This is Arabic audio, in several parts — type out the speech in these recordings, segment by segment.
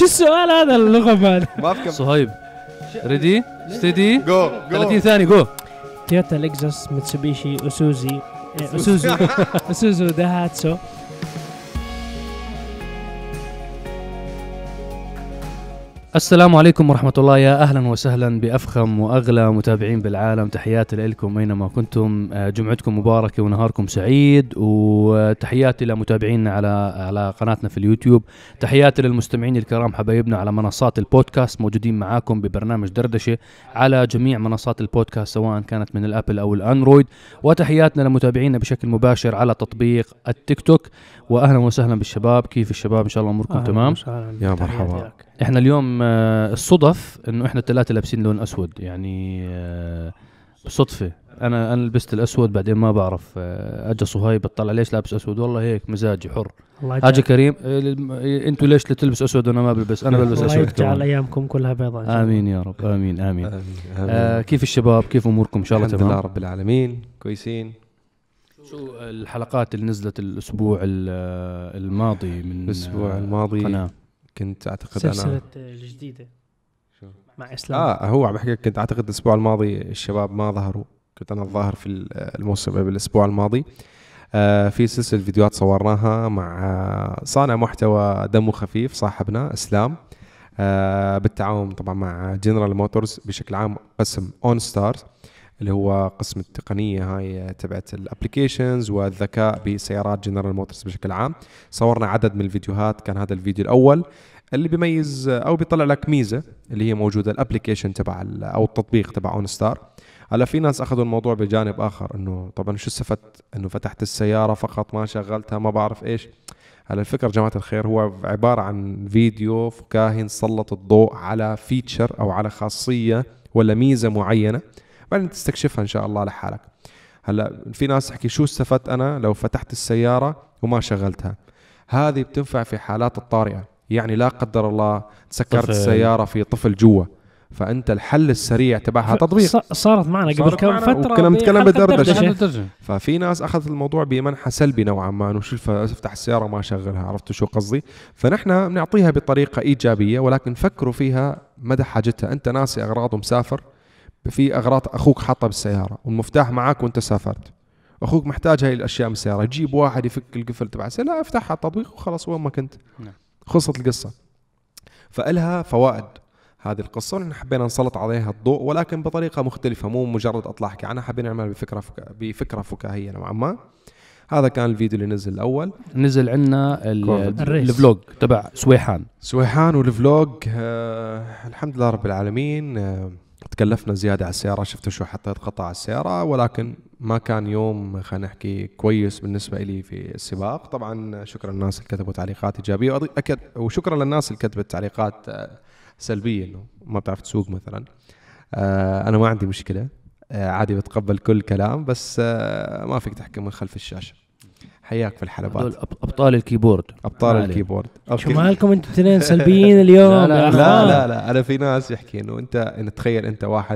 شو السؤال هذا اللغة هذا؟ ما في كم. صهيب ريدي ستدي جو 30 ثانية جو. تويوتا، لكزس، ميتسوبيشي، أسوزو داهاتسو. السلام عليكم ورحمة الله، يا أهلا وسهلا بأفخم وأغلى متابعين بالعالم. تحياتي لكم أينما كنتم، جمعتكم مباركة ونهاركم سعيد، وتحياتي لمتابعينا على قناتنا في اليوتيوب. تحياتي للمستمعين الكرام حبايبنا على منصات البودكاست، موجودين معاكم ببرنامج دردشة على جميع منصات البودكاست سواء كانت من الأبل أو الأندرويد. وتحياتنا لمتابعينا بشكل مباشر على تطبيق التيك توك. وأهلا وسهلا بالشباب. كيف الشباب؟ إن شاء الله أموركم تمام. يا مرحبا. احنا اليوم الصدف انه احنا الثلاثه لابسين لون اسود، يعني بالصدفه انا لبست الاسود، بعدين ما بعرف اجى صهيب بطلع ليش لابس اسود، والله هيك مزاجي حر. اجى كريم انتوا ليش تلبس اسود وانا ما بلبس؟ انا بلبس اسود. الله يجعل ايامكم كلها بيضاء. امين يا رب. امين. كيف الشباب؟ كيف اموركم؟ ان شاء الله تمام. الحمد لله رب العالمين كويسين. شو الحلقات اللي نزلت الاسبوع الماضي من الاسبوع الماضي قناة. كنت اعتقد سلسلة جديدة مع إسلام. هو عم بحكي كنت اعتقد الاسبوع الماضي الشباب ما ظهروا، كنت انا الظاهر في الموسم بالاسبوع الماضي. في سلسلة فيديوهات صورناها مع صانع محتوى دمه خفيف صاحبنا إسلام، بالتعاون طبعا مع جنرال موتورز، بشكل عام قسم اون ستارز اللي هو قسم التقنية هاي تبعت الابليكيشنز والذكاء بسيارات جنرال موتورز بشكل عام. صورنا عدد من الفيديوهات، كان هذا الفيديو الأول اللي بيميز أو بيطلع لك ميزة اللي هي موجودة الابليكيشن تبع أو التطبيق تبع اون ستار. هلا في ناس أخذوا الموضوع بجانب آخر، إنه طبعا شو استفدت إنه فتحت السيارة فقط ما شغلتها ما بعرف إيش. هلا الفكرة جماعة الخير هو عبارة عن فيديو فكاهي سلط الضوء على فيتشر أو على خاصية ولا ميزة معينة، بعدين تستكشفها إن شاء الله لحالك. هلا في ناس تحكي شو استفدت أنا لو فتحت السيارة وما شغلتها. هذه بتنفع في حالات الطارئة، يعني لا قدر الله تسكرت السيارة في طفل جوا، فأنت الحل السريع تبعها تطبيق. صارت معنا قبل كم فترة نتكلم بدردشة. ففي ناس أخذت الموضوع بمنحى سلبي نوعا ما، إنه شو افتح السيارة وما شغلها، عرفتوا شو قصدي؟ فنحن بنعطيها بطريقة إيجابية، ولكن فكروا فيها مدى حاجتها. أنت ناسي أغراض ومسافر، في أغراض أخوك حاطها بالسيارة والمفتاح معك وأنت سافرت، أخوك محتاج هاي الأشياء من السيارة، جيب واحد يفك القفل تبع السيارة، لا افتحها التطبيق وخلص وين ما كنت. خلصت القصة. فإلها فوائد هذه القصة، ونحن حبينا نسلط عليها الضوء ولكن بطريقة مختلفة، مو مجرد أطلع أحكي عنها، حبينا نعمل بفكرة فكاهية نوعا ما. هذا كان الفيديو اللي نزل الأول. نزل عنا الفلوج تبع سويحان والفلوج الحمد لله رب العالمين. تكلفنا زيادة على السيارة، شفتوا شو حطيت قطع على السيارة، ولكن ما كان يوم خلينا نحكي كويس بالنسبة لي في السباق. طبعا شكرا للناس اللي كتبوا تعليقات إيجابية، وشكرا للناس اللي كتبت تعليقات سلبية إنه ما بتعرف تسوق مثلا. أنا ما عندي مشكلة، عادي بتقبل كل كلام، بس ما فيك تحكي من خلف الشاشة. حياك في الحلبات أبطال الكيبورد. شو مالكم انتم اثنين سلبيين اليوم؟ لا أنا في ناس يحكي إنه أنت تخيل أنت واحد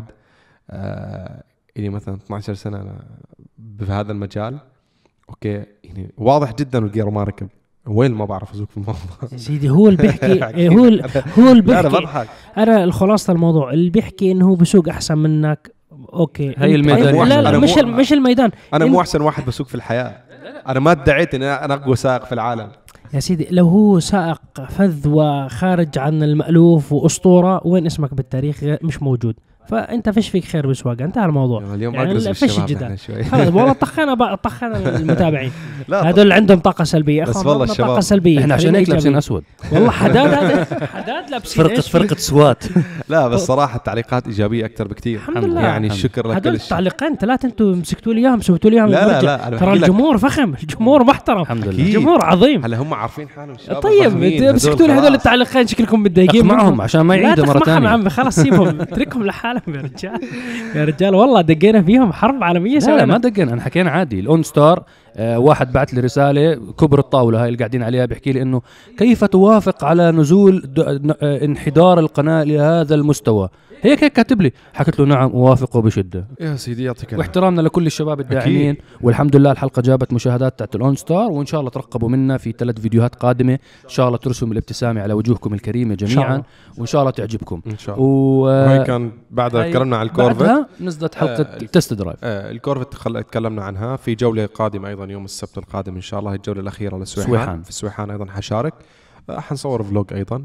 اللي مثلا 12 سنة أنا بهذا المجال، أوكي يعني واضح جدا الجير ما ركب، وين ما بعرف أسوق في الموضوع. سيدي هو اللي بيحكي هو اللي بيحكي. أنا الخلاصة الموضوع اللي بيحكي إنه هو بسوق أحسن منك. أوكي هي الميدان. لا مش الميدان. أنا مو أحسن واحد بسوق في الحياة، أنا ما ادعيت إن أنا أقوى سائق في العالم يا سيدي. لو هو سائق فذ وخارج عن المألوف وأسطورة، وين اسمك بالتاريخ مش موجود، فأنت فيش فيك خير بسواقة. انتهى الموضوع. اليوم يعني فيش جدا والله طخنا المتابعين هذول عندهم طاقة سلبية. بس والله الشباب طاقة سلبية. احنا عشان هيك لابسين أسود. والله حداد لابسين فرقة سوات. لا بس صراحة التعليقات إيجابية أكتر بكتير. الحمد لله. يعني الشكر لك. هذول التعليقين ثلاثة انتم مسكتوا لي اياهم، سويتوا لي اياهم. لا ترى الجمهور فخم، الجمهور محترم، الجمهور عظيم. هلا هم عارفين حالهم. طيب مسكتوا لي هذول التعليقين، شكلكم متضايقين معهم عشان ما يعيدوا مرة ثانية. عم خلاص سيبهم اتركهم لحالهم يا رجال. يا رجال والله دقينا فيهم حرب عالمية. لا ما دقينا، أنا حكينا عادي. الأون ستار واحد بعت لي رساله كبر الطاوله هاي اللي قاعدين عليها، بيحكي لي انه كيف توافق على نزول انحدار القناه لهذا المستوى، هيك كاتب لي. حكيت له نعم اوافقه بشده يا سيدي يعطيك واحترامنا لكل الشباب الداعمين. والحمد لله الحلقه جابت مشاهدات تاعت الاون ستار، وان شاء الله ترقبوا منا في 3 فيديوهات قادمه ان شاء الله ترسم الابتسامه على وجوهكم الكريمه جميعا، وان شاء الله تعجبكم ان شاء الله. وهي كان بعدها تكلمنا عن الكورفت، بعدها نزلت حلقه تست درايف. الكورفت تكلمنا عنها في جوله قادمه ايضا يوم السبت القادم ان شاء الله، الجوله الاخيره لسويحان. في سويحان ايضا حشارك، حنصور فلوج ايضا.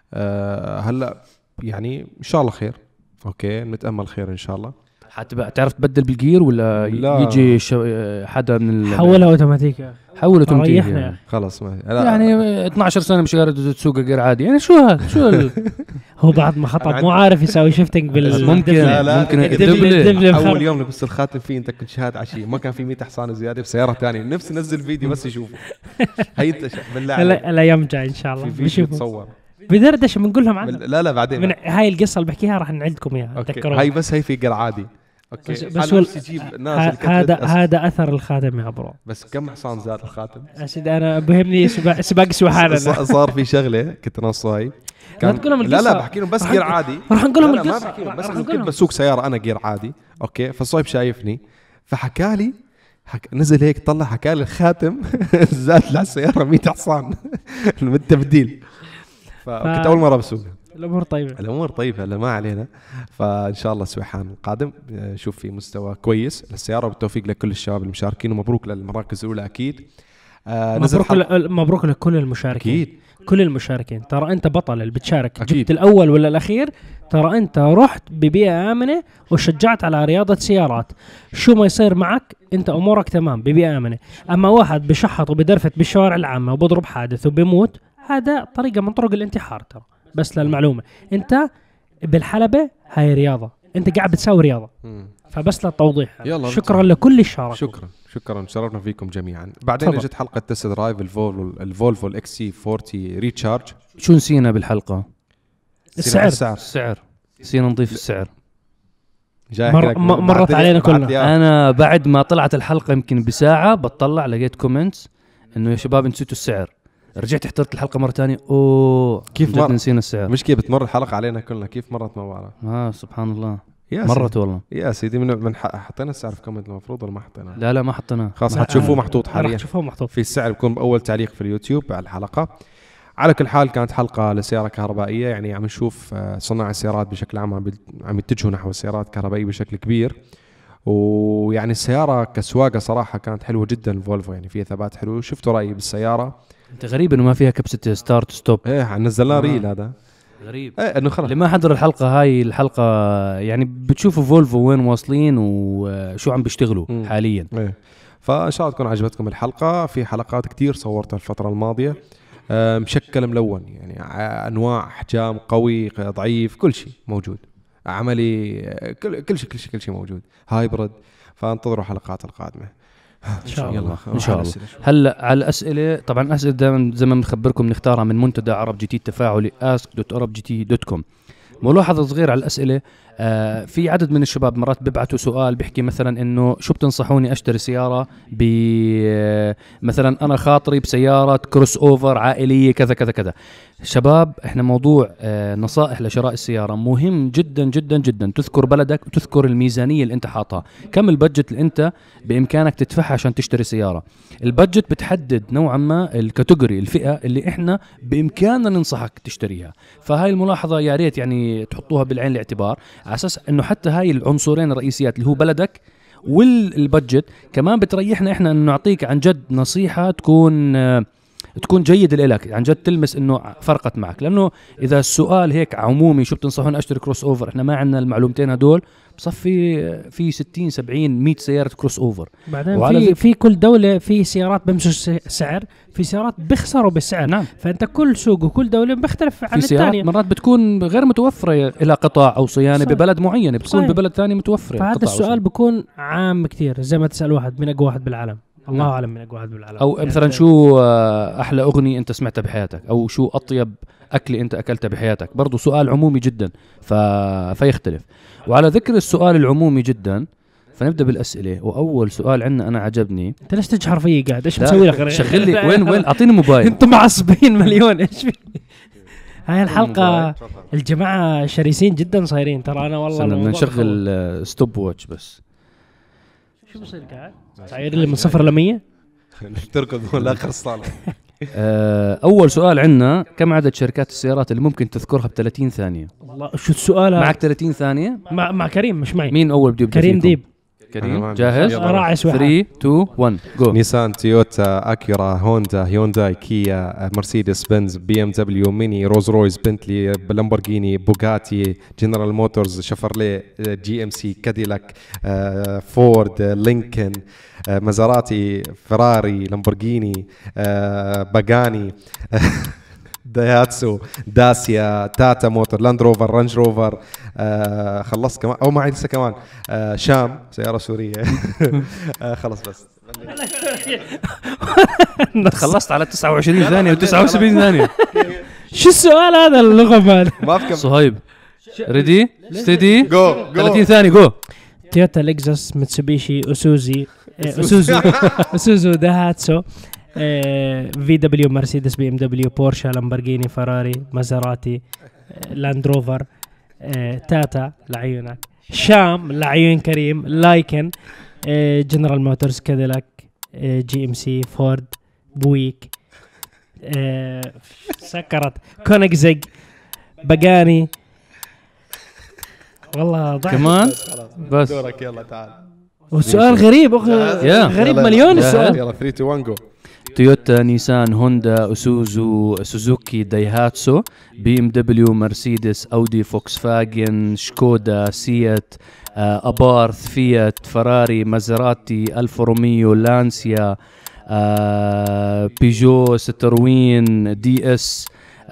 هلا يعني ان شاء الله خير، اوكي نتامل خير ان شاء الله. حتبقى تعرف تبدل بالجير ولا يجي حدا من حولها اوتوماتيك، حول اوتوماتيك يعني. خلاص ما يعني 12 سنه مش قادر تسوق غير عادي يعني. شو هذا شو هو بعد ما خطب مو عارف يسوي شيفتنج ممكن الدبل. اول يوم لبس الخاتم فيه انت كنت شهاد عشيه، ما كان في 100 حصان زياده بسياره ثانيه، نفسي نزل فيديو بس يشوفه. هي انت بالله الايام جاي ان شاء الله بنشوفه بدردشه بنقول لهم عنها. لا بعدين من هاي القصه اللي بحكيها راح نعدكم اياها تذكروا. هاي بس هي فيجر عادي اوكي. بس هذا اثر الخاتم يا برو. بس كم حصان زاد الخاتم يا سيدي انا بهمني سباق سويحان. صار في شغله كنت نصه هي لا بحكي لهم بس جير عادي، راح نقول لهم القصه. ما بحكي لهم بس كنت بسوق سياره انا جير عادي اوكي. فالصايب شايفني فحكالي نزل هيك طلع حكالي الخاتم زاد للسياره 100 حصان بالتبديل. فكنت اول مره بسوق. الامور طيبه هلا ما علينا. فان شاء الله سويحان القادم شوف في مستوى كويس للسياره، بالتوفيق لكل الشباب المشاركين، ومبروك للمراكز الاولى اكيد. مبروك لكل المشاركين أكيد. كل المشاركين. ترى انت بطل اللي بتشارك أكيد. جبت الاول ولا الاخير، ترى انت رحت ببيئه امنه وشجعت على رياضه سيارات. شو ما يصير معك انت امورك تمام ببيئه امنه. اما واحد بشحط وبدرفت بالشوارع العامه وبضرب حادث وبيموت، هذا طريقه من طرق الانتحار. ترى بس للمعلومه انت بالحلبة هاي رياضة، انت قاعد بتساوي رياضة. فبس للتوضيح شكرا لكل الشارك. شكرا شرفنا فيكم جميعا. بعدين اجت حلقة تست درايف الفولفو الاكس سي 40 ريتشارج. شو نسينا بالحلقة؟ السعر نسينا نضيف السعر. مرت علينا كلنا. انا بعد ما طلعت الحلقة يمكن بساعة بطلع لقيت كومنتس انه يا شباب نسيتوا السعر. رجعت احترت الحلقه مره ثانيه. كيف نسينا السعر. مش كيف بتمر الحلقه علينا كلنا، كيف مرت ما سبحان الله مرت والله يا سيدي. من حطينا السعر في كومنت المفروض ولا ما حطينا؟ لا ما حطيناه. خلاص حتشوفوه محطوط حاليا في السعر، بيكون باول تعليق في اليوتيوب على الحلقه. على كل حال كانت حلقه لسياره كهربائيه، يعني عم نشوف صناع السيارات بشكل عام عم يتجهوا نحو السيارات الكهربائيه بشكل كبير. ويعني السياره كسواقه صراحه كانت حلوه جدا الفولفو، يعني فيها ثبات حلو. شفتوا رايي بالسياره؟ انت غريب انه ما فيها كبسه ستارت ستوب. نزلنا ريل هذا غريب. انه خلص اللي ما حضر هاي الحلقه يعني بتشوفوا فولفو وين واصلين وشو عم بيشتغلوا حاليا. فان شاء الله تكون عجبتكم الحلقه. في حلقات كتير صورتها الفتره الماضيه، مشكل ملون، يعني انواع احجام قوي ضعيف كل شيء موجود، عملي كل شيء موجود، هايبرد. فانتظروا حلقات القادمه ان شاء الله. ان شاء الله. هلا على الاسئله، طبعا الاسئله دائما زي ما بنخبركم نختارها من منتدى عرب جي تي التفاعلي ask.arabgt.com. ملاحظه صغيره على الاسئله، في عدد من الشباب مرات بيبعتوا سؤال بيحكي مثلا انه شو بتنصحوني اشتري سياره مثلا انا خاطري بسياره كروس اوفر عائليه كذا كذا كذا. شباب احنا موضوع نصائح لشراء السياره مهم جدا جدا جدا. تذكر بلدك وتذكر الميزانيه اللي انت حاطها، كم البادجت اللي انت بامكانك تدفعها عشان تشتري سياره. البادجت بتحدد نوعا ما الكاتيجوري الفئه اللي احنا بامكاننا ننصحك تشتريها. فهاي الملاحظه يا ريت يعني تحطوها بالعين الاعتبار، على اساس انه حتى هاي العنصرين الرئيسيات اللي هو بلدك والبادجت كمان بتريحنا احنا انه نعطيك عن جد نصيحه تكون جيدة لك، عن جد تلمس انه فرقت معك. لانه اذا السؤال هيك عمومي شو بتنصحون اشتري كروس اوفر، احنا ما عندنا المعلومتين هدول، بصفي في 60 70 100 سيارة كروس اوفر. بعدين في كل دولة في سيارات بمشوا السعر، في سيارات بيخسروا بالسعر. نعم. فانت كل سوق وكل دولة بيختلف عن الثانية. الثانية مرات بتكون غير متوفرة إلى قطع او صيانة صحيح. ببلد معين بتكون صحيح. ببلد ثاني متوفرة. فهذا السؤال بيكون عام كتير، زي ما تسأل واحد من اقوى واحد بالعالم، الله أعلم من أقوى واحد بالعالم. أو مثلا شو أحلى أغنية أنت سمعتها بحياتك، أو شو أطيب أكل أنت أكلتها بحياتك. برضو سؤال عمومي جدا فيختلف. وعلى ذكر السؤال العمومي جدا، فنبدا بالاسئله. واول سؤال عندنا انا عجبني. انت ليش تجحر فيي قاعد؟ ايش لا، مسوي لك؟ شغل لي وين اعطيني موبايل. انتم معصبين مليون. ايش في هاي الحلقه؟ الجماعه شرسين جدا صايرين ترى. انا والله بدنا الموضوع نشغل ستوب واتش بس. شو بصير قاعد صاير لي من 0 ل 100. تركض ولا اخر الصاله. اول سؤال عندنا: كم عدد شركات السيارات اللي ممكن تذكرها ب30 ثانيه؟ والله شو السؤال هذا؟ معك 30 ثانيه. مع كريم مش معي. مين اول بده يبدا كريم فيكم؟ ديب. كريم جاهز؟ راعي سواحة. 3 2 1 جو. نيسان، تويوتا، اكيورا، هوندا، هيونداي، كيا، مرسيدس بنز، بي ام دبليو، ميني، روز رويس، بنتلي، لامبورغيني، بوغاتي، جنرال موتورز، شفرلي، جي ام سي، كاديلاك، فورد، لينكن، مازراتي، فراري، لامبورغيني، باغاني، داياتسو، داسيا، تاتا موتور، لاند روفر، رانج روفر. خلصت كمان او معي لسه كمان شام سيارة سورية. خلص بس خلصت على 29 ثانيه و79 ثانيه. شو السؤال هذا اللغة مال؟ ما في كم. صهيب ريدي ستدي جو 30 ثانيه جو. تويوتا، لكزس، ميتسوبيشي، اسوزو، داهاتسو، في دبليو، مرسيدس، بي ام دبليو، بورشا، لامبورغيني، فراري، مازراتي، لاند روفر، تاتا لعيونك، شام لعيون كريم، لايكن، جنرال موتورز، كاديلاك، جي ام سي، فورد، بويك، سكرت، كونغزيغ، باغاني. والله ضعت كمان بس. دورك يلا تعال. والسؤال غريب غريب مليون السؤال. يلا 3 2 1 جو. تويوتا، نيسان، هوندا، اسوزو، سوزوكي، دايهاتسو، بي ام دبليو، مرسيدس، اودي، فوكس فاجن، شكودا، سيات، ابارث، فيات، فراري، مازراتي، الفا روميو، لانسيا، بيجو، ستروين، دي اس،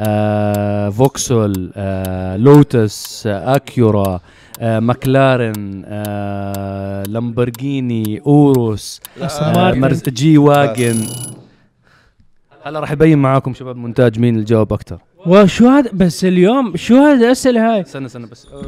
فوكسول، لوتس، اكيورا، ماكلارن، لامبورغيني، اوروس، جي واجن. هلا راح يبين معاكم شباب مونتاج مين اللي جاوب اكثر. وشو هذا بس اليوم؟ شو هذا الاسئله هاي؟ استنى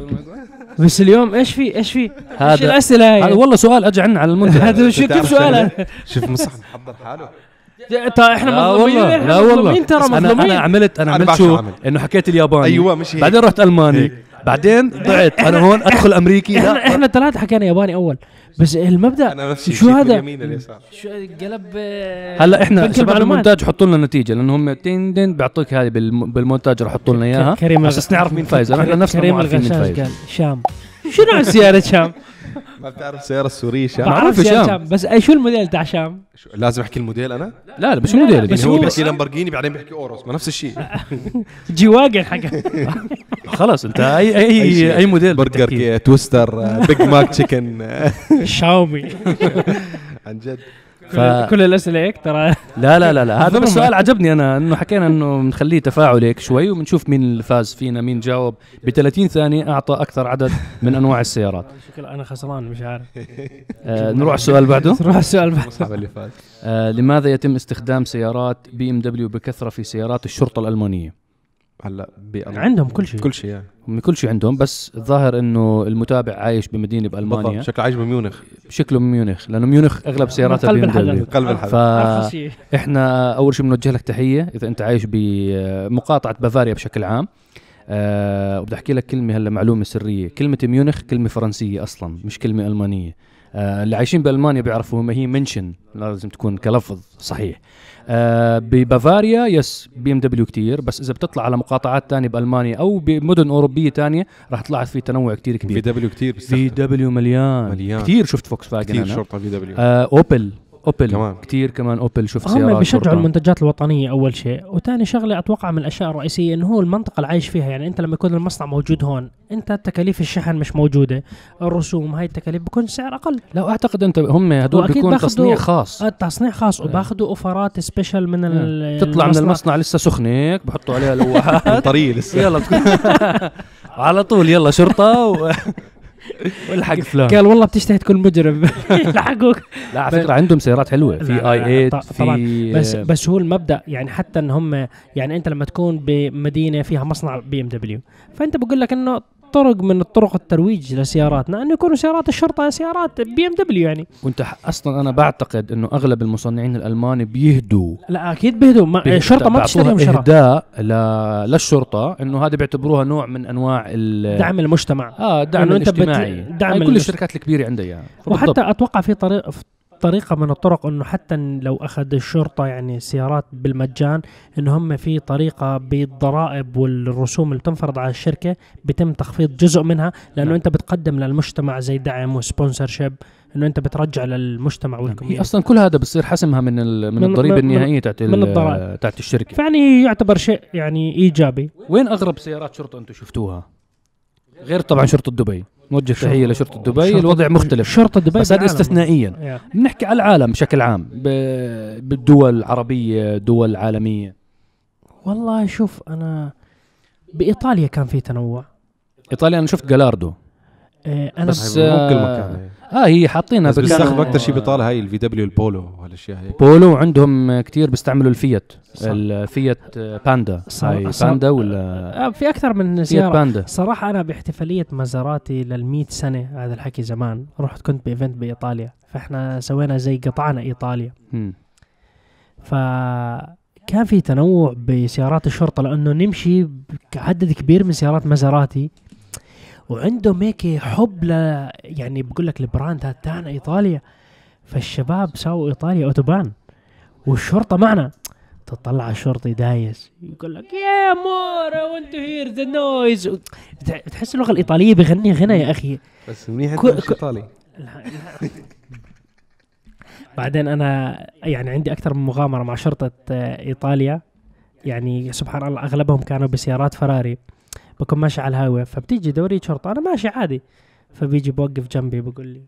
بس اليوم ايش في هذا ايش الاسئله هاي؟ هذا والله سؤال اجى عنا على المنتج. هذا شو كيف سؤال؟ شوف مصعب محضر حاله. احنا مظلومين. لا والله مظلومين ترى مظلومين. انا عملت بعرف شو أعمل. انه حكيت الياباني. ايوه مش هيك. بعدين رحت الماني. بعدين ضعت انا هون ادخل امريكي. لا احنا ثلاثه حكينا ياباني اول، بس المبدا انا نفسي شو هذا؟ اليمين اليسار. شو قلب؟ هلا احنا بنك شباب المعلومات. المونتاج حطوا لنا نتيجه، لانه هم تين دين بيعطوك هذه بالمونتاج راح يحطوا لنا اياها كريم على اساس نعرف مين فايز. احنا نفسنا كريم مو عارفين مين الغشاش فايز. قال شام. شو نوع سيارة شام؟ ما بتعرف السيارة السورية شام؟ بعرف سيارة شام. بس اي شو الموديل تاع شام؟ لازم احكي الموديل انا؟ لا بس مو موديل. بس هو هو- بيحكي لامبورغيني بعدين بيحكي اوروس، ما نفس الشيء. جي واجن حكى. خلاص انت اي موديل برجر بتحكيه. تويستر، بيج ماك تشيكن. شاومي. عن جد. كل الاسئله هيك ترى. لا هذا بس سؤال عجبني انا، انه حكينا انه بنخليه تفاعل هيك شوي وبنشوف مين اللي فاز فينا، مين جاوب ب30 ثانيه اعطى اكثر عدد من انواع السيارات. شكله انا خسران مش عارف. نروح السؤال بعده. نروح السؤال بعد. مصعب اللي فاز. لماذا يتم استخدام سيارات بي ام دبليو بكثره في سيارات الشرطه الالمانيه؟ هلا عندهم كل شيء. كل شيء يعني. هم كل شيء عندهم، بس الظاهر انه المتابع عايش بمدينه بالمانيا. بالضبط، شكله عايش بميونخ. شكله من ميونخ، لانه ميونخ اغلب سياراتها قلب بي ام الحدث. دبليو. قلب الحدث. أرخص شيء. فاحنا اول شيء بنوجه لك تحيه اذا انت عايش بمقاطعه بافاريا بشكل عام. وبدي احكي لك كلمه هلا، معلومه سريه. كلمه ميونخ كلمه فرنسيه اصلا، مش كلمه المانيه. اللي عايشين بالمانيا بيعرفوا ما هي منشن، لازم تكون كلفظ صحيح. ببافاريا يس بي ام دبليو كتير، بس اذا بتطلع على مقاطعات تانية بالمانيا او بمدن اوروبيه تانية راح تلاحظ في تنوع كتير في كبير. دبليو كثير في دبليو مليان كتير. شفت فوكس فاجن كثير انا. شرطه في دبليو. اوبل كمان. كتير كمان اوبل شفت هم سيارات بيشجعوا شرطة. المنتجات الوطنيه اول شيء، وثاني شغله اتوقع من الاشياء الرئيسيه انه هو المنطقه اللي عايش فيها. يعني انت لما يكون المصنع موجود هون، انت تكاليف الشحن مش موجوده، الرسوم هاي التكاليف بيكون سعر اقل. لا اعتقد انت هم هدول وأكيد بيكون باخدوا- تصنيع خاص. تصنيع خاص، وباخذوا اوفرات سبيشال من تطلع من المصنع لسه سخنه هيك بحطوا عليها لوحات. طريق لسه. يلا على طول يلا شرطه والحق فلان. قال والله بتشتهي تكون مجرم. لحقوك. لا على فكره عندهم سيارات حلوه في لا، اي 8 طبعا. في بس هو المبدا يعني، حتى ان هم يعني انت لما تكون بمدينه فيها مصنع بي ام دبليو، فانت بقول لك انه من الطرق الترويج لسياراتنا انه يكونوا سيارات الشرطه سيارات BMW يعني. وانت اصلا انا بعتقد انه اغلب المصنعين الالمان بيهدوا، لا اكيد بيهدوا، الشرطه ما بتشتريهم شراء، اهداء للشرطه، انه هذا بيعتبروها نوع من انواع دعم المجتمع. دعم الاجتماعي، دعم كل الشركات الكبيره عندها يعني. وحتى اتوقع في طريقة من الطرق انه حتى لو اخذ الشرطة يعني سيارات بالمجان، انه هم في طريقة بالضرائب والرسوم اللي تنفرض على الشركة بيتم تخفيض جزء منها، لانه انت بتقدم للمجتمع زي دعم وسبونسرشيب، انه انت بترجع للمجتمع والكوميونتي. اصلا كل هذا بصير حسمها من الضريبة النهائية تاعت الشركة، فيعني يعتبر شيء يعني ايجابي. وين اغرب سيارات شرطة انتم شفتوها؟ غير طبعا شرطة دبي، موجه تحية لشرطة دبي، الوضع مختلف. شرطة دبي بس هذا استثنائيا، بنحكي على العالم بشكل عام، بالدول العربية، دول عالمية. والله شوف أنا بإيطاليا كان في تنوع. إيطاليا أنا شفت جالاردو، أنا بس مو كل مكان هي حاطينها بس بيستخدموا أكتر شيء بإيطاليا هاي الفي دبليو البولو وهالأشياء هي. بولو عندهم كتير بيستعملوا الفيات، الفيات باندا، هاي باندا ولا في أكثر من سيارة. باندا. صراحة أنا باحتفالية مازراتي لل100 سنة، هذا الحكي زمان، كنت بإيفنت بإيطاليا، فإحنا سوينا زي قطعنا إيطاليا. فكان في تنوع بسيارات الشرطة، لأنه نمشي عدد كبير من سيارات مازراتي، وعندهم هيك حب يعني بقول لك البراند تاعنا إيطاليا. فالشباب سووا إيطاليا أوتوبان والشرطة معنا، تطلع الشرطي دايس يقول لك يا مورا وانتو هير ذا نويز، تحس اللغة الإيطالية بغني غنى يا أخي، بس منيح انت مش إيطالي. بعدين أنا يعني عندي أكثر من مغامرة مع شرطة إيطاليا، يعني سبحان الله أغلبهم كانوا بسيارات فراري. بكون ماشي على الهايوي، فبتيجي دورية شرطة، أنا ماشي عادي، فبيجي بوقف جنبي بقول لي،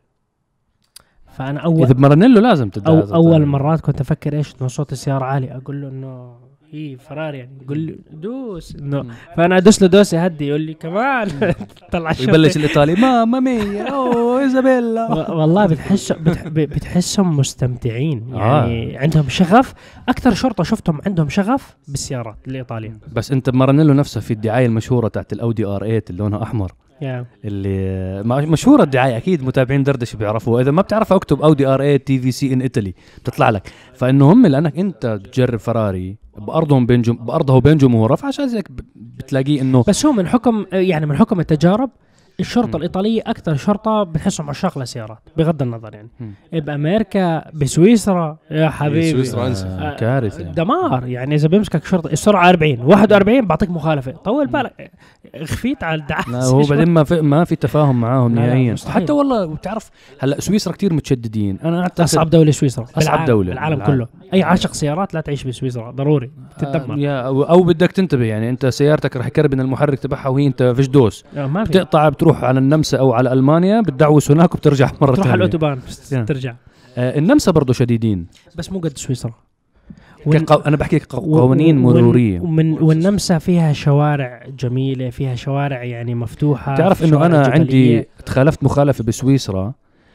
فأنا إذا بمرنيلو لازم أول مرات كنت أفكر إيش إنه صوت السيارة عالي، أقول له إنه هي فراري يعني، يقول لي دوس إنه، فأنا أدوس له دوس يهدي، يقول لي كمان طلع الشرطي يبلش الإيطالي ماما ميا أوه إيزابيلا. والله بتحسهم مستمتعين يعني، عندهم شغف. أكثر شرطة شفتهم عندهم شغف بالسيارات الإيطالية. بس أنت بمرنيلو نفسه في الدعاية المشهورة تاعت الأودي R8 اللي لونها أحمر، اللي مشهورة الدعاية، أكيد متابعين دردش بيعرفوها، إذا ما بتعرفها اكتب أودي R8 TVC in Italy بتطلع لك. فإنه هم لأنك أنت تجرب فراري بأرضه وبين جمهوره، فعشان هيك بتلاقيه إنه، بس هو من حكم التجارب الشرطة الإيطالية أكثر شرطة بتحسهم عشاق للسيارات بغض النظر يعني. بأمريكا بسويسرا يا حبيبي سويسرا كارثة دمار يعني. إذا بيمسكك شرطة السرعة 40 41 بعطيك مخالفة، طول بالك خفيت على الدعاسة. هو بعدين ما في تفاهم معاهم نهائيا. حتى والله بتعرف هلا سويسرا كتير متشددين. أنا أصعب دولة سويسرا، أصعب دولة العالم كله. أي عاشق سيارات لا تعيش بسويسرا، ضروري تتدمر. أو بدك تنتبه يعني، أنت سيارتك رح يكربن المحرك تبعها وهي أنت فيش دوس، بتقطع بتروح على النمسا او على المانيا، بتدعوس هناك وبترجع مره ثانيه، تروح على الاوتوبان ترجع. النمسا برضو شديدين بس مو قد سويسرا. انا بحكي قوانين مروريه. والنمسا فيها شوارع جميله، فيها شوارع يعني مفتوحه. تعرف انه انا عندي تخالفت مخالفه بسويسرا،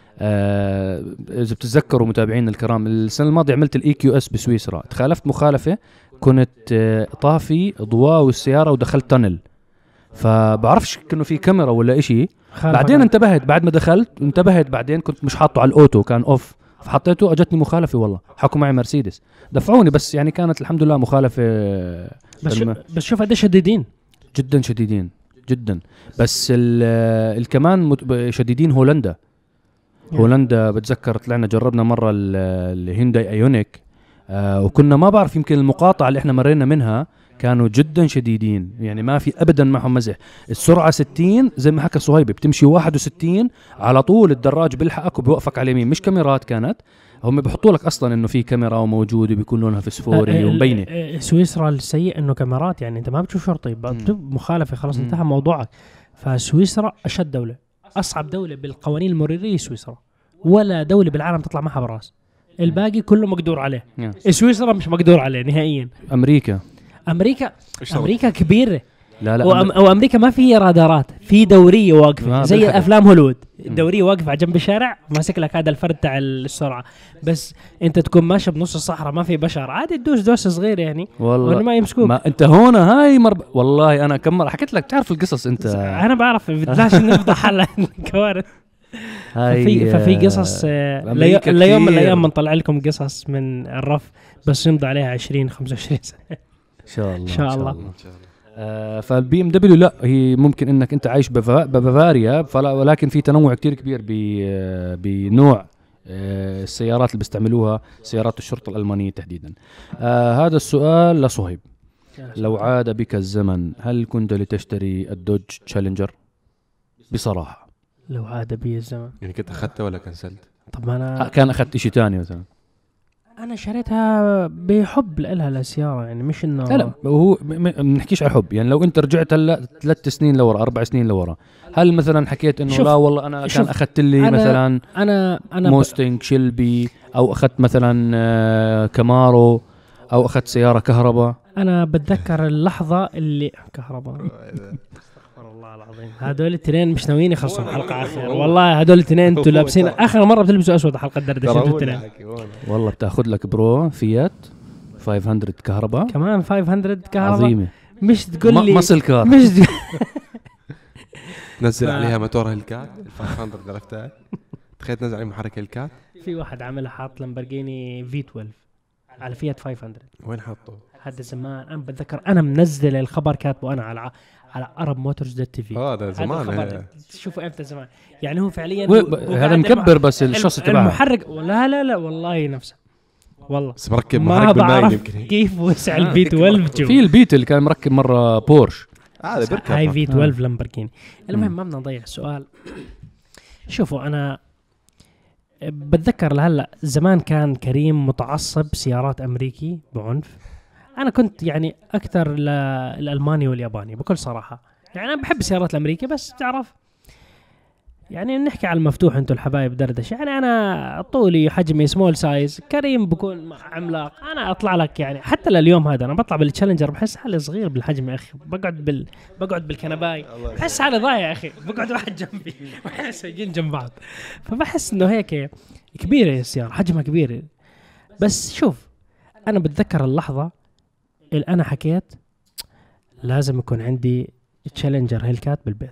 اذا بتتذكروا متابعين الكرام، السنه الماضيه عملت EQS بسويسرا، تخالفت مخالفه، كنت طافي ضواء والسياره ودخلت تنل، فبعرفش كأنه في كاميرا ولا إشي. بعدين انتبهت بعد ما دخلت، انتبهت بعدين كنت مش حاطه على الأوتو، كان أوف، فحطيته أجتني مخالفة، والله حكوا معي مرسيدس دفعوني، بس يعني كانت الحمد لله مخالفة. بس شوف قديش شديدين، جدا شديدين جدا. بس الكمان شديدين. هولندا بتذكر طلعنا جربنا مرة الهينداي ايونيك، وكنا ما بعرف، يمكن المقاطعة اللي احنا مرينا منها كانوا جدا شديدين يعني، ما في ابدا معهم مزح. السرعه 60 زي ما حكى صهيب، بتمشي 61 على طول، الدراج بيلحقك وبيوقفك على اليمين، مش كاميرات كانت، هم بيحطوا لك اصلا انه في كاميرا وموجود وبيكون لونها فسفوري ومبينه. سويسرا السيء انه كاميرات يعني، انت ما بتشوف شرطي، مخالفه خلاص انتهى موضوعك. فسويسرا اشد دوله، اصعب دوله بالقوانين المروريه سويسرا، ولا دوله بالعالم تطلع معها براس، الباقي كله مقدور عليه. سويسرا مش مقدور عليه نهائيا. امريكا كبيرة لا وامريكا ما في رادارات، في دوريه واقفه زي بالحقيقة. افلام هوليوود، الدوريه واقفه على جنب الشارع ماسك لك هذا الفرد تاع السرعه، بس انت تكون ماشي بنص الصحراء ما في بشر عادي تدوس دوسه صغيره يعني والله ما يمسكوك. ما انت هنا هاي والله انا كم مره حكيت لك تعرف القصص انت. انا بعرف بدناش نفضح على الكوارث. ففي قصص ليوم من الايام بنطلع لكم قصص من الرف بس يمضي عليها 20-25 سنه ان شاء الله ان شاء الله. فالبي ام دبليو لا هي ممكن انك انت عايش ببافاريا ولكن في تنوع كتير كبير بنوع السيارات اللي بيستعملوها سيارات الشرطه الالمانيه تحديدا. هذا السؤال لصهيب، لو عاد بك الزمن هل كنت لتشتري الدوج تشالنجر؟ بصراحه لو عاد بي الزمن يعني كنت اخذته ولا كنسلت؟ طب انا كان اخذت شيء ثاني مثلا. انا شريتها بحب لها السياره يعني مش انه لا هو ما بنحكيش على حب يعني. لو انت رجعت هلا 3 سنين لورا 4 سنين لورا هل مثلا حكيت انه لا والله انا كان اخذت لي مثلا انا موستنج شيلبي او اخذت مثلا كامارو او اخذت سياره كهرباء؟ انا بتذكر اللحظه اللي كهرباء استغفر الله العظيم، هذول الاثنين مش ناويين يخلصوا الحلقه على خير والله. هذول الاثنين انتوا لابسين اخر مره بتلبسوا اسود حلقه دردشه انتوا الاثنين والله. بتاخذ لك برو فيات 500 كهرباء كمان 500 كهرباء عظيمه، مش تقول لي مصل كار مش نزل عليها موتور هلكات 500 عرفتها. تخيل تنزل عليه محرك هلكات. في واحد عاملها حاط لامبرجيني V12 على فيات 500. وين حطه هذا زمان انا بتذكر انا منزل الخبر كاتبه انا على عرب موتورز دوت تي في. ده زمان شوفوا امتى زمان يعني هو فعليا هذا مكبر بس الشاصي تبعه المحرك لا والله نفسه والله بس مركب محرك بالماين يمكن كيف وسع البي 12 في البيت اللي كان مركب مره بورش هذا بركب هاي في 12 لامبرجيني. المهم ما بدنا نضيع السؤال. شوفوا انا بتذكر لهلا زمان كان كريم متعصب سيارات امريكي بعنف. انا كنت يعني اكثر للالماني والياباني بكل صراحه يعني. انا بحب السيارات الامريكيه بس تعرف يعني نحكي على المفتوح انتوا الحبايب دردش يعني. انا طولي حجمي سمول سايز، كريم بكون عملاق. انا اطلع لك يعني حتى لليوم هذا انا بطلع بالتشالنجر بحس حالي صغير بالحجم يا اخي. بقعد بالكنباي بحس حالي ضايع يا اخي. بقعد واحد جنبي واحنا سايقين جنب بعض فبحس انه هيك كبيره السياره حجمها كبير. بس شوف انا بتذكر اللحظه اللي انا حكيت لازم يكون عندي تشالنجر هيلكات بالبيت.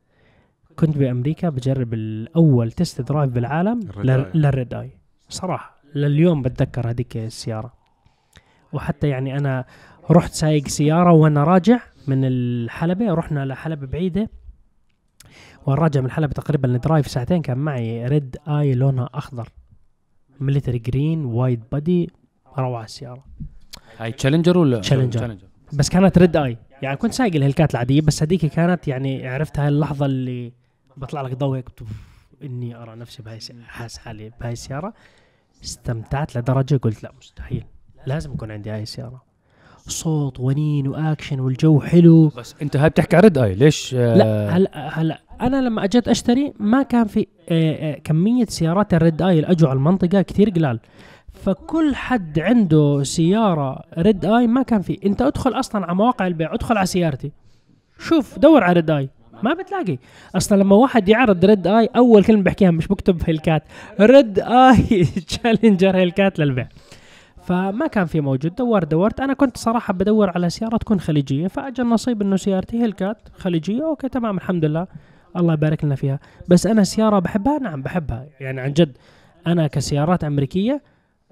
كنت بأمريكا بجرب الأول تست درايف بالعالم للريد آي صراحة. لليوم بتذكر هذيك السيارة. وحتى يعني أنا رحت سايق سيارة وأنا راجع من الحلبة، رحنا لحلبة بعيدة وراجع من الحلبة تقريبا الدرايف ساعتين، كان معي ريد آي لونها أخضر ميليتري جرين وايد بادي. روعة السيارة. هاي تشالنجر ولا تشالنجر بس كانت ريد آي يعني. كنت سايق الهلكات العادية بس هذيك كانت يعني عرفت هاي اللحظة اللي بطلع لك ضوء إني أرى نفسي حاس حالي بهاي السيارة. استمتعت لدرجة قلت لا مستحيل لازم يكون عندي هاي السيارة. صوت ونين وأكشن والجو حلو. بس أنت هاي بتحكي على ريد آي ليش؟ لا هلا أنا لما أجيت أشتري ما كان في كمية سيارات الريد آي اللي أجوا على المنطقة كثير قلال. فكل حد عنده سيارة ريد آي ما كان في. انت ادخل اصلا على مواقع البيع، ادخل على سيارتي شوف دور على ريد آي ما بتلاقي. اصلا لما واحد يعرض ريد آي اول كلمة بحكيها مش بكتب هيلكات ريد آي تشالنجر هيلكات للبيع. فما كان في موجود. دورت انا كنت صراحة بدور على سيارة تكون خليجية، فاجى النصيب انه سيارتي هيلكات خليجية. اوكي تمام الحمد لله الله يبارك لنا فيها. بس انا سيارة بحبها نعم بحبها يعني عن جد. انا كسيارات امريكية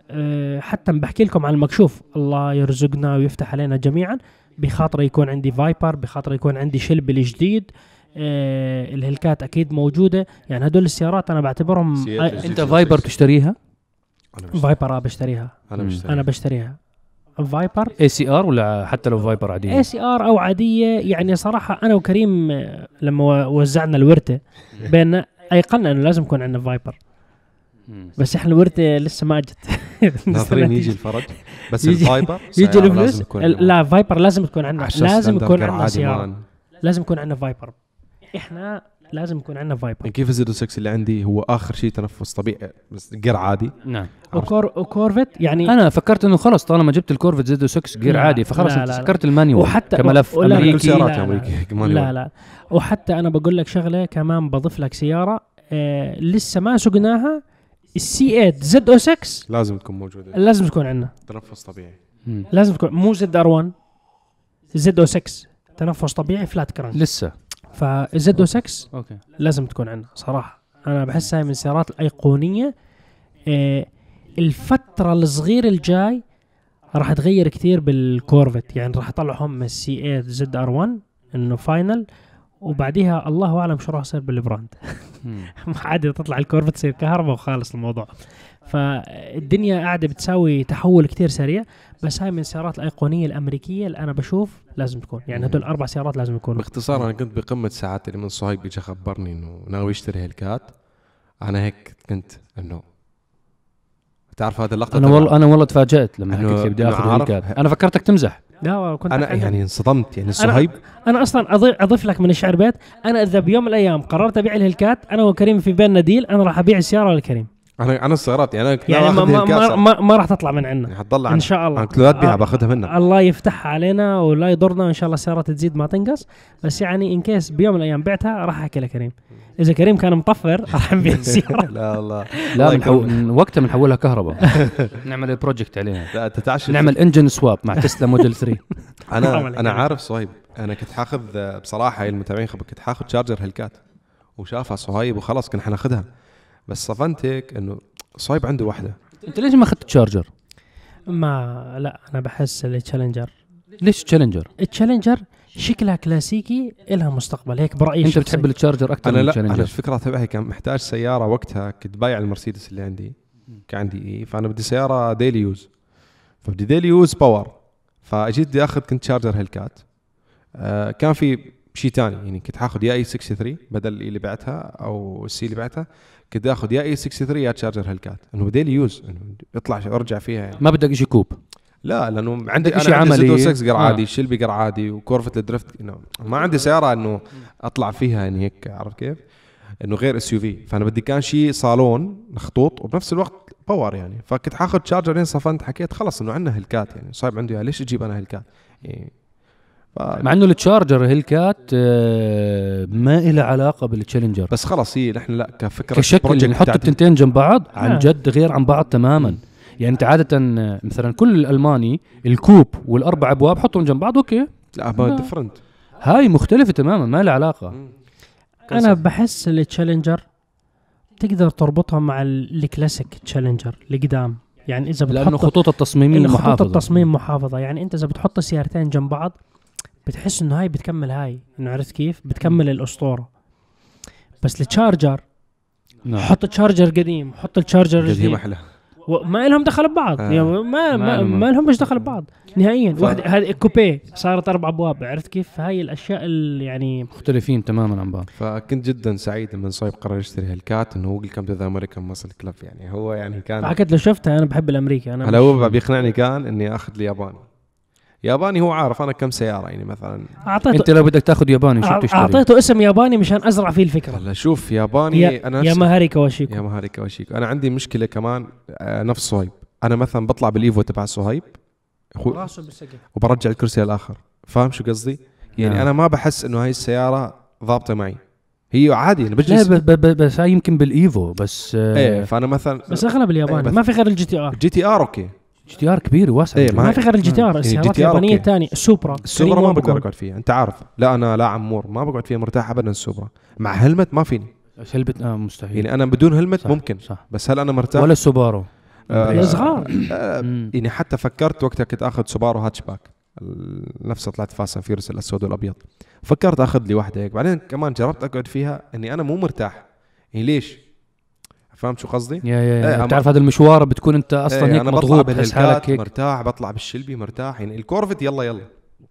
حتى بحكي لكم عن المكشوف الله يرزقنا ويفتح علينا جميعا. بخاطر يكون عندي فايبر، بخاطر يكون عندي شلبي الجديد. الهلكات اكيد موجوده يعني. هدول السيارات انا بعتبرهم انت فايبر تشتريها؟ فايبر بشتريها. انا بشتريها فايبر ACR ولا حتى لو فايبر عاديه؟ ACR او عاديه يعني. صراحه انا وكريم لما وزعنا الورثه بيننا ايقنا انه لازم يكون عندنا فايبر. بس احنا الورثه لسه ما اجت. ناظرين يجي الفرج. بس الفايبر يجي الفلوس. لا فايبر لازم تكون عندنا. لازم يكون عندنا سيارة. لازم يكون عندنا فايبر. احنا لازم يكون عندنا فايبر. يعني كيف الزد 6 اللي عندي هو اخر شيء تنفس طبيعي بس جير عادي. نعم. وكورفت يعني انا فكرت انه خلص طالما جبت الكورفت زد 6 جير لا، عادي فخلص لا، انت لا، سكرت المانيوال وحتى كملف ولا- امريكي. كل سيارات لا، لا. امريكيه كمان. لا وحتى انا بقول لك شغله كمان، بضيف لك سياره لسه ما سقناها، السي 8 زد او 6 لازم تكون موجوده لازم تكون عندنا، تنفس طبيعي. مم. لازم تكون مو زد ار 1، زد او 6 تنفس طبيعي فلات كرانش. لسه فالزد او 6 اوكي. لازم تكون عندنا صراحه. انا بحسها من السيارات الايقونيه. الفتره الصغيره الجاي راح تغير كثير بالكورفت، يعني راح يطلعهم من السي 8 زد ار 1 انه فاينل، وبعديها الله اعلم شو راح يصير بالبراند. مم. عادي تطلع الكورفت تصير كهرباء وخالص الموضوع. فالدنيا قاعده بتساوي تحول كتير سريع، بس هاي من السيارات الايقونيه الامريكيه اللي انا بشوف لازم تكون، يعني هدول 4 سيارات لازم يكونوا. باختصار انا كنت بقمه سعادتي لمن صهيب اجى خبرني انه ناوي يشتري هلكات. انا هيك كنت انه تعرف هذا اللقطه. انا والله تفاجأت لما إنه- حكيت لي بدي إنه اخذ عارف- هيك. انا فكرتك تمزح. لا كنت انا يعني انصدمت يعني صهيب. انا اصلا اضيف لك من الشعر بيت، انا اذا بيوم من الايام قررت ابيع الهلكات انا وكريم في بيننا ديل، انا راح ابيع السياره لكريم، انا استغربت يعني انا كنت يعني ناوي ما, اخذ ما, هلكات. ما, ما راح تطلع من عندنا يعني حتضل ان شاء الله. انا كنت لا تبيعها باخذها منك. الله يفتحها علينا ولا يضرنا، وان شاء الله السيارات تزيد ما تنقص. بس يعني ان كيس بيوم من الايام بعتها راح احكي لكريم، اذا كريم كان مطفر راح نبيع السياره. لا والله لا الله من وقتها بنحولها كهرباء. نعمل البروجكت عليها، لا تتعشى. نعمل انجن سواب مع تسلا موديل 3. انا عارف صهيب. انا كنت حاخذ بصراحه المتابعين كنت حاخذ شارجر هلكات وشافها صهيب وخلاص كنا حناخذها، بس صفنت هيك انه صهيب عنده واحده. انت ليش ما اخذت تشارجر؟ لا انا بحس التشالنجر، ليش تشالنجر؟ التشالنجر شكلها كلاسيكي، إلها مستقبل هيك برأيي انت الشخصي. بتحب التشارجر اكثر انا من لا انا التشالنجر. الفكره تبعي كان محتاج سياره وقتها، كنت بايع المرسيدس اللي عندي، كان عندي فانا بدي سياره ديلي يوز، فبدي ديلي يوز باور، فاجيت بدي اخذ كنت شارجر هلكات. كان في شيء ثاني يعني كنت حاخذ يا اي 63 بدل اللي بعتها او السي اللي بعتها، كنت اخذ يا اي 63 يا تشارجر هلكات، انه ديلي يوز انه اطلع ارجع فيها يعني. ما بدك شيء كوب. لا لانه عندي عندك انا شيء عندي عملي. زد 6 قر عادي، شيلبي قر عادي، وكورفت الدريفت انه ما عندي سياره انه اطلع فيها يعني هيك، عارف كيف؟ انه غير اس يو في، فانا بدي كان شيء صالون مخطوط وبنفس الوقت باور يعني. فكنت حاخذ تشارجرين، صفنت حكيت خلص انه عندنا هلكات يعني صايب عنده يعني ليش اجيب انا هلكات يعني. مع انه التشارجر هيلكات ما إلها علاقه بالتشالنجر، بس خلص هي نحن لا كفكره كشكل نحط التنتين جنب بعض عن آه. جد غير عن بعض تماما. يعني انت عاده مثلا كل الالماني الكوب والاربع ابواب حطهم جنب بعض اوكي، لا ما لا. ديفرنت. هاي مختلفه تماما ما لها علاقه. أنا بحس التشالنجر تقدر تربطها مع الكلاسيك تشالنجر القدام، يعني إذا لانه بتحط خطوط التصميميه خطوط محافظه. التصميم محافظة، يعني أنت إذا بتحط سيارتين جنب بعض بتحس إنه هاي بتكمل هاي، إنه عرفت كيف بتكمل الأسطورة. بس التشارجر نعم. حط تشارجر قديم، حط التشارجر قديم جديد، احلى. ما لهم دخل ببعض يعني ما لهم مش دخل ببعض نهائيا. واحد هذه كوبيه صارت 4 ابواب، عرفت كيف؟ هاي الاشياء اللي يعني مختلفين تماما عن بعض. فكنت جدا سعيد لما صايب قرر يشتري هالكات، انه هو ويلكم تو ذا امريكان ماسل كلب، يعني هو يعني كان حكيت له شفتها انا بحب الامريكي. انا هلا هو بيقنعني كان اني اخذ الياباني. ياباني هو عارف انا كم سياره يعني مثلا. انت لو بدك تاخذ ياباني شو بتشتري؟ اعطيته اسم ياباني مشان ازرع فيه الفكره. هلا شوف ياباني انا يا ماهاري كواشيكو. يا ماهاري كواشيكو. انا عندي مشكله كمان نفس صهيب. انا مثلا بطلع بالايفو تبع صهيب راسه بالسقف وبرجع الكرسي الاخر، فاهم شو قصدي؟ يعني نعم. انا ما بحس انه هاي السياره ضابطه معي، هي عادي انا لا بجلس. بس هاي يمكن بالايفو بس ايه فانا مثلا بس اغلب الياباني بس ما في غير الجي تي ار. جي تي ار اوكي، جي تي ار كبير واسع. إيه، ما في غير الجي تي ار. يعني السيارات GTR اليابانيه أوكي. الثانيه السوبرا السوبرا ما بقدر اقعد فيها، انت عارف. لا انا لا عمور ما بقعد فيها مرتاح ابدا. السوبرا مع هلمت ما فيني، بس هلبت مستحيل يعني انا بدون هلمت صح ممكن صح. بس هل انا مرتاح؟ ولا السوبارو يا صغار. يعني حتى فكرت وقتها كنت اخذ سوبارو هاتشباك نفسها طلعت فاست فيورس الاسود والابيض، فكرت اخذ لي واحده هيك. بعدين كمان جربت اقعد فيها اني انا مو مرتاح. يعني ليش؟ فهمت شو قصدي؟ يا بتعرف هذا المشوار بتكون انت اصلا هيك أنا بطلع مضغوط تحس حالك بالهلكات هيك مرتاح، بطلع بالشلبي مرتاح. يعني الكورفت يلا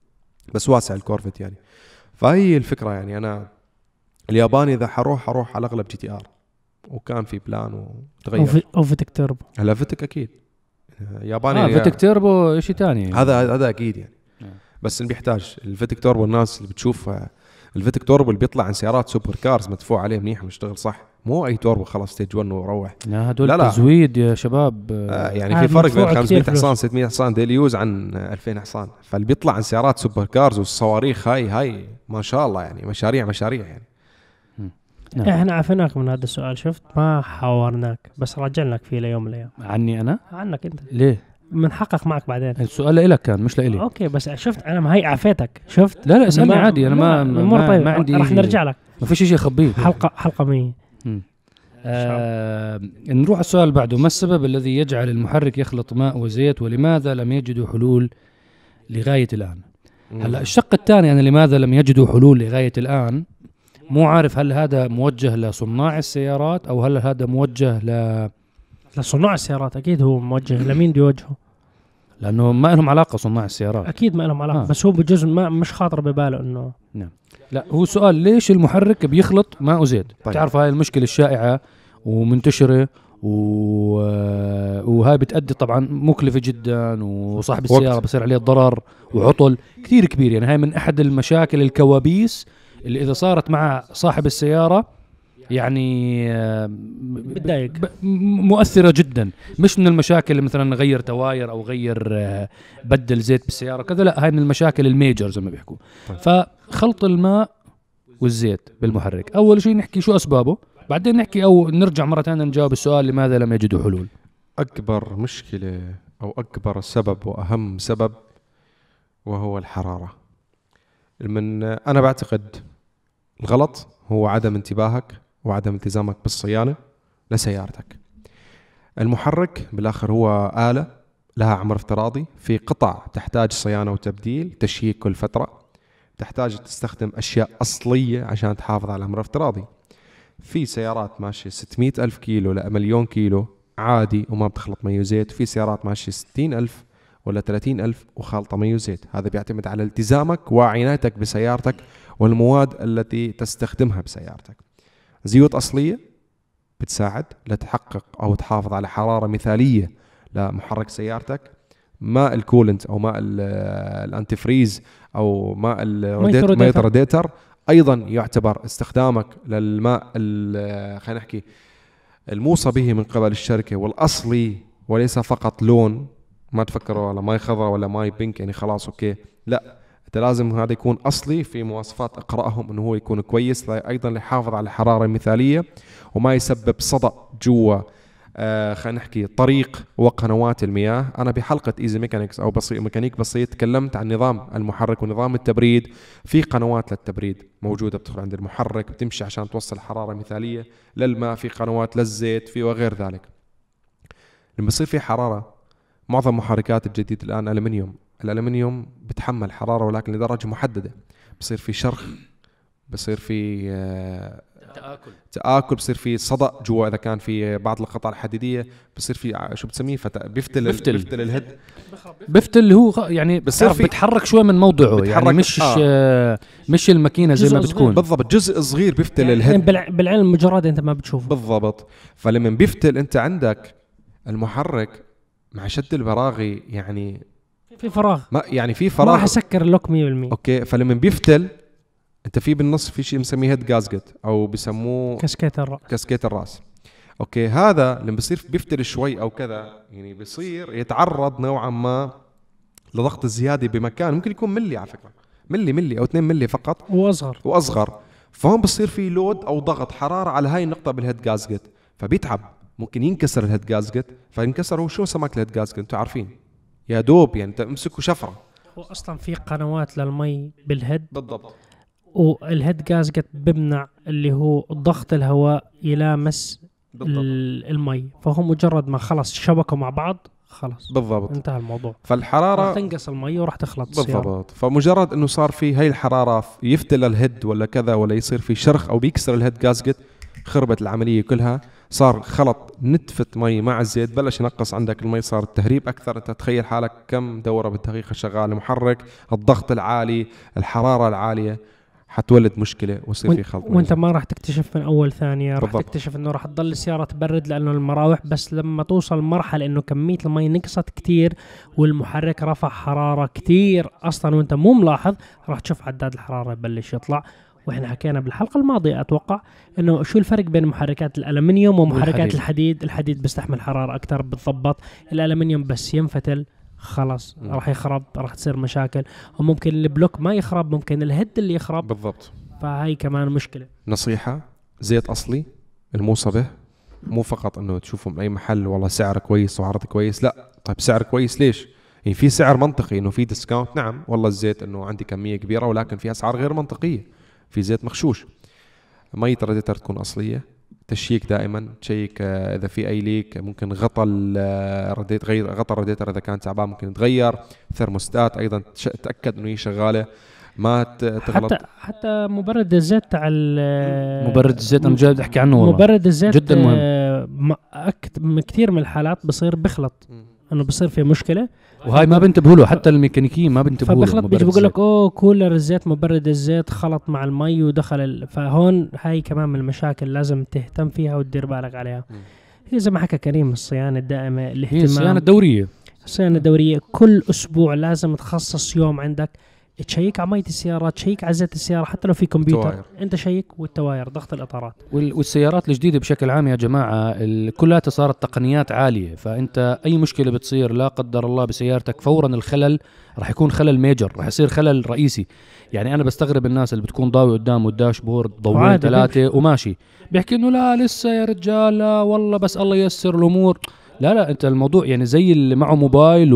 بس واسع الكورفت يعني. فهي الفكره يعني. انا الياباني اذا حروح على اغلب جي تي ار، وكان في بلان وتغير. او فيتك تيربو. هلا فيتك اكيد ياباني. فيتك تيربو شيء ثاني. هذا اكيد يعني. بس اللي بيحتاج الفيتك توربو، الناس اللي بتشوف الفيتك توربو اللي بيطلع عن سيارات سوبر كارز مدفوع عليه منيح ومشتغل صح، مو اي توربو خلاص ستيج 1 وروح. لا هدول لا. تزويد يا شباب. يعني في فرق بين مدفوع 500 كتير حصان 600 حصان ديلي يوز عن 2000 حصان. فاللي بيطلع عن سيارات سوبر كارز والصواريخ هاي ما شاء الله يعني مشاريع يعني. نعم. احنا عفناك من هذا السؤال، شفت ما حاورناك بس راجعنا لك فيه ليوم من الايام. عني انا؟ عنك انت، ليه؟ بنحقق معك بعدين. السؤال لإلك كان مش لإلي. اوكي بس شفت انا ما هي عفيتك، شفت. لا اسألني عادي، انا ما عندي، رح نرجع لك ما فيش شيء اخبيه. حلقة 100. نروح على السؤال بعده. ما السبب الذي يجعل المحرك يخلط ماء وزيت ولماذا لم يجدوا حلول لغاية الآن؟ هلا الشق الثاني يعني لماذا لم يجدوا حلول لغاية الآن، مو عارف هل هذا موجه لصناع السيارات أو هل هذا موجه لصناع السيارات. أكيد هو موجه لمين بده يوجهه، لأنه ما لهم علاقة صناع السيارات. أكيد ما لهم علاقة. بس هو بجزء ما مش خاطر بباله إنه نعم. لا هو سؤال ليش المحرك بيخلط ماء وزيت؟ طيب. تعرف هاي المشكلة الشائعة ومنتشرة وهاي بتأدي طبعا مكلفة جدا، وصاحب السيارة بصير عليه ضرر وعطل كثير كبير. يعني هاي من أحد المشاكل الكوابيس اللي إذا صارت مع صاحب السيارة يعني بتضايق، مؤثرة جدا. مش من المشاكل اللي مثلا غير تواير أو غير بدل زيت بالسيارة كذا، لا هاي من المشاكل الميجر زي ما بيحكوا. فخلط الماء والزيت بالمحرك أول شيء نحكي شو أسبابه، بعدين نحكي أو نرجع مرة ثانية نجاوب السؤال لماذا لم يجدوا حلول. أكبر مشكلة أو أكبر سبب وأهم سبب وهو الحرارة. أنا بعتقد الغلط هو عدم انتباهك وعدم التزامك بالصيانة لسيارتك. المحرك بالآخر هو آلة لها عمر افتراضي، في قطع تحتاج صيانة وتبديل تشييك كل فترة، تحتاج تستخدم أشياء أصلية عشان تحافظ على العمر الافتراضي. في سيارات ماشية 600 ألف كيلو لمليون كيلو عادي وما بتخلط مي وزيت، في سيارات ماشية 60 ألف ولا 30 ألف وخالطة مي وزيت. هذا بيعتمد على التزامك وعنايتك بسيارتك والمواد التي تستخدمها بسيارتك. زيوت أصلية بتساعد لتحقق أو تحافظ على حرارة مثالية لمحرك سيارتك. ماء الكولنت أو ماء الأنتيفريز أو ماء الراديتر أيضا يعتبر استخدامك للماء خلينا نحكي الموصى به من قبل الشركة والأصلي، وليس فقط لون. ما تفكروا ولا ماي خضراء ولا ماي بينك يعني خلاص أوكي، لا أنت لازم هذا يكون أصلي في مواصفات اقرأهم إنه هو يكون كويس، أيضا يحافظ على حرارة مثالية وما يسبب صدأ جوا خلينا نحكي طريق وقنوات المياه. أنا بحلقة إيزي ميكانيكس أو ميكانيك بسيط تكلمت عن نظام المحرك ونظام التبريد. في قنوات للتبريد موجودة بتدخل عند المحرك بتمشي عشان توصل حرارة مثالية للماء، في قنوات للزيت في وغير ذلك. لما بصير في حرارة، معظم محركات الجديد الآن الألمنيوم بتحمل حرارة ولكن لدرجة محددة. بصير في شرخ، بصير في تآكل، بصير في صدأ جوا إذا كان في بعض القطع الحديدية، بصير في شو بتسميه بيفتل الهيد، بيفتل اللي هو يعني بتحرك شوي من موضعه يعني مش الماكينة زي ما بتكون بالضبط، جزء صغير بيفتل يعني الهيد بالعين المجرد أنت ما بتشوفه بالضبط. فلما بيفتل أنت عندك المحرك مع شد البراغي يعني في فراغ، ما يعني في فراغ، ما راح يسكر اللوك 100%. اوكي. فلما بيفتل انت في بالنص في شيء مسميه هيد جازجت او بسموه كاسكيت الراس. اوكي، هذا لما بصير بيفتل شوي او كذا يعني بصير يتعرض نوعا ما لضغط الزياده بمكان ممكن يكون ملي، على فكره ملي او 2 ملي فقط واصغر. فهون بصير في لود او ضغط حراره على هاي النقطه بالهيد جازجت، فبيتعب، ممكن ينكسر الهيد جازجت. فينكسر هو شو سمك الهيد جازجت انتوا عارفين يا دوب يعني تمسكوا شفره. هو اصلا في قنوات للمي بالهيد بالضبط، والهيد جازجت بمنع اللي هو ضغط الهواء يلامس المي، فهو مجرد ما خلص شبكوا مع بعض خلص بالضبط انتهى الموضوع. فالحراره راح تنقص المي وراح تخلط السيارة. بالضبط. فمجرد انه صار في هاي الحراره يفتل الهيد ولا كذا ولا يصير في شرخ او بيكسر الهيد جازجت، خربت العمليه كلها. صار خلط نتفة مي مع الزيت، بلش ينقص عندك المي، صار التهريب اكثر. انت تخيل حالك كم دوره بالدقيقه شغال المحرك، الضغط العالي، الحراره العاليه، حتولد مشكله ويصير في خلط. وانت ما راح تكتشف من اول ثانيه، راح بالضبط. تكتشف انه راح تضل السياره تبرد لانه المراوح، بس لما توصل مرحله انه كميه المي نقصت كتير والمحرك رفع حراره كتير اصلا وانت مو ملاحظ، راح تشوف عداد الحراره يبلش يطلع واحنا حكينا بالحلقه الماضيه اتوقع انه شو الفرق بين محركات الالمنيوم ومحركات الحديد بيستحمل حراره اكثر، بتضبط. الالمنيوم بس ينفتل خلاص راح يخرب، راح تصير مشاكل، وممكن البلوك ما يخرب، ممكن الهيد اللي يخرب بالضبط. فهي كمان مشكله. نصيحه، زيت اصلي الموصى به، مو فقط انه تشوفه من اي محل والله سعر كويس وعرض كويس، لا طيب سعر كويس ليش؟ يعني في سعر منطقي انه في ديسكاونت، نعم والله الزيت انه عندي كميه كبيره ولكن في اسعار غير منطقيه، في زيت مغشوش. مية راديتر تكون اصليه، تشيك دائما، تشيك اذا في اي ليك، ممكن غطى الراديتر اذا كان تعبان ممكن يتغير، ثرموستات ايضا تاكد انه هي شغاله ما تغلط. حتى مبرد الزيت تاع مبرد الزيت انا جاي احكي عنه والله، مبرد الزيت جدا مهم. كثير من الحالات بصير بخلط، انه بصير في مشكله، وهاي ما بنتبهوا له، حتى الميكانيكيين ما بنتبهوا له. فبخلط، بيجي بقول لك كولر الزيت مبرد الزيت خلط مع المي ودخل فهون هاي كمان من المشاكل لازم تهتم فيها وتدير بالك عليها. هي زي ما حكى كريم الصيانه الدائمه، الاهتمام، هي الصيانه الدوريه. الصيانه الدوريه كل اسبوع لازم تخصص يوم عندك تشيك على مية السيارة، تشيك على زيت السيارة، حتى لو في كمبيوتر تواير. انت شيك، والتواير، ضغط الاطارات والسيارات الجديدة بشكل عام يا جماعة كلها صارت تقنيات عالية، فانت اي مشكلة بتصير لا قدر الله بسيارتك فورا الخلل راح يكون خلل ميجر، راح يصير خلل رئيسي. يعني انا بستغرب الناس اللي بتكون ضاوي قدامه الداشبورد ضوين 3 وماشي بيحكي انه لا لسه يا رجال، لا والله بس الله ييسر الامور. لا انت الموضوع يعني زي اللي معه موبايل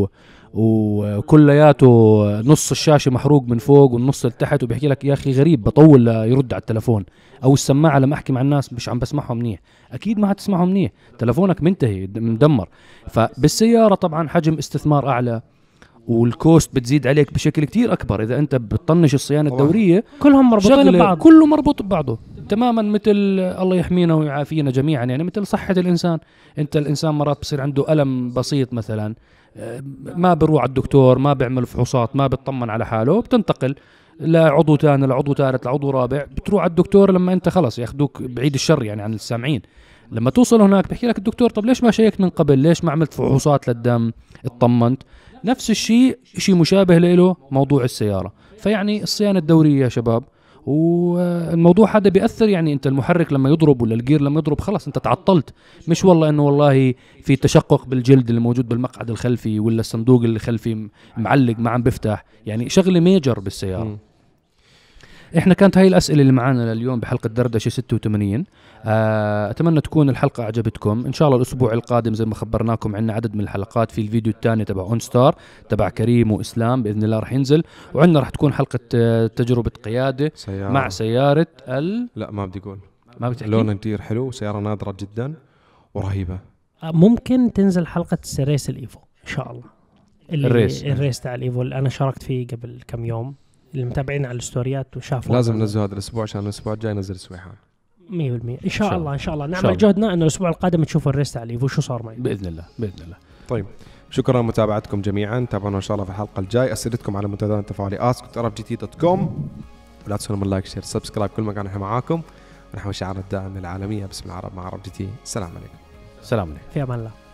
وكلياته نص الشاشة محروق من فوق والنص التحت، وبيحكي لك يا أخي غريب بطول يرد على التلفون، أو السماعة لما أحكي مع الناس مش عم بسمعهم منيح. أكيد ما هتسمعهم منيح، تلفونك منتهي مدمر. فبالسيارة طبعا حجم استثمار أعلى، والكوست بتزيد عليك بشكل كتير أكبر إذا أنت بتطنش الصيانة الدورية. كلهم مربوطين ببعض، كله مربوط ببعضه تماما، مثل الله يحمينا ويعافينا جميعا، يعني مثل صحة الإنسان. أنت الإنسان مرات بصير عنده ألم بسيط مثلا، ما بروح على الدكتور، ما بيعمل فحوصات، ما بيطمن على حاله، بتنتقل لعضو ثاني، لعضو ثالث، لعضو رابع، بتروح على الدكتور لما انت خلص ياخدوك بعيد الشر يعني عن السامعين. لما توصل هناك بحكي لك الدكتور طب ليش ما شيكت من قبل، ليش ما عملت فحوصات للدم، اطمنت. نفس الشيء، شيء مشابه له موضوع السيارة. فيعني الصيانة الدورية يا شباب، والموضوع هذا بيأثر. يعني انت المحرك لما يضرب ولا الجير لما يضرب خلاص انت تعطلت، مش والله انه والله في تشقق بالجلد اللي موجود بالمقعد الخلفي ولا الصندوق اللي خلفي معلق ما عم بفتح، يعني شغله ميجر بالسيارة. احنا كانت هاي الاسئله اللي معانا لليوم بحلقه دردشه 86. اتمنى تكون الحلقه عجبتكم. ان شاء الله الاسبوع القادم زي ما خبرناكم عندنا عدد من الحلقات، في الفيديو الثاني تبع اون ستار تبع كريم واسلام باذن الله راح ينزل، وعندنا راح تكون حلقه تجربه قياده سيارة. مع سياره لا ما بدي اقول، ما بتحكي، لونها كثير حلو، سياره نادره جدا ورهيبه. ممكن تنزل حلقه الريس الايفو ان شاء الله، الريس تاع الايفو اللي انا شاركت فيه قبل كم يوم، اللي متابعين على الستوريات وشافوا. لازم ننزل هذا الاسبوع عشان الاسبوع الجاي ننزل سويحان 100%. ان شاء الله ان شاء الله نعمل جهدنا انه الاسبوع القادم تشوفوا الريس تاع الايفو شو صار معي باذن الله باذن الله. طيب شكرا لمتابعتكم جميعا، تابعونا ان شاء الله في الحلقه الجاي. اسئلتكم على منتدى التفاعلي ask@rfgt.com، ولا تنسوا من لايك شير سبسكرايب كل ما كان احنا معاكم، ونحو شعار الدائم العالميه باسم العرب مع عرب جي تي. السلام عليكم. السلام عليكم، في امان الله.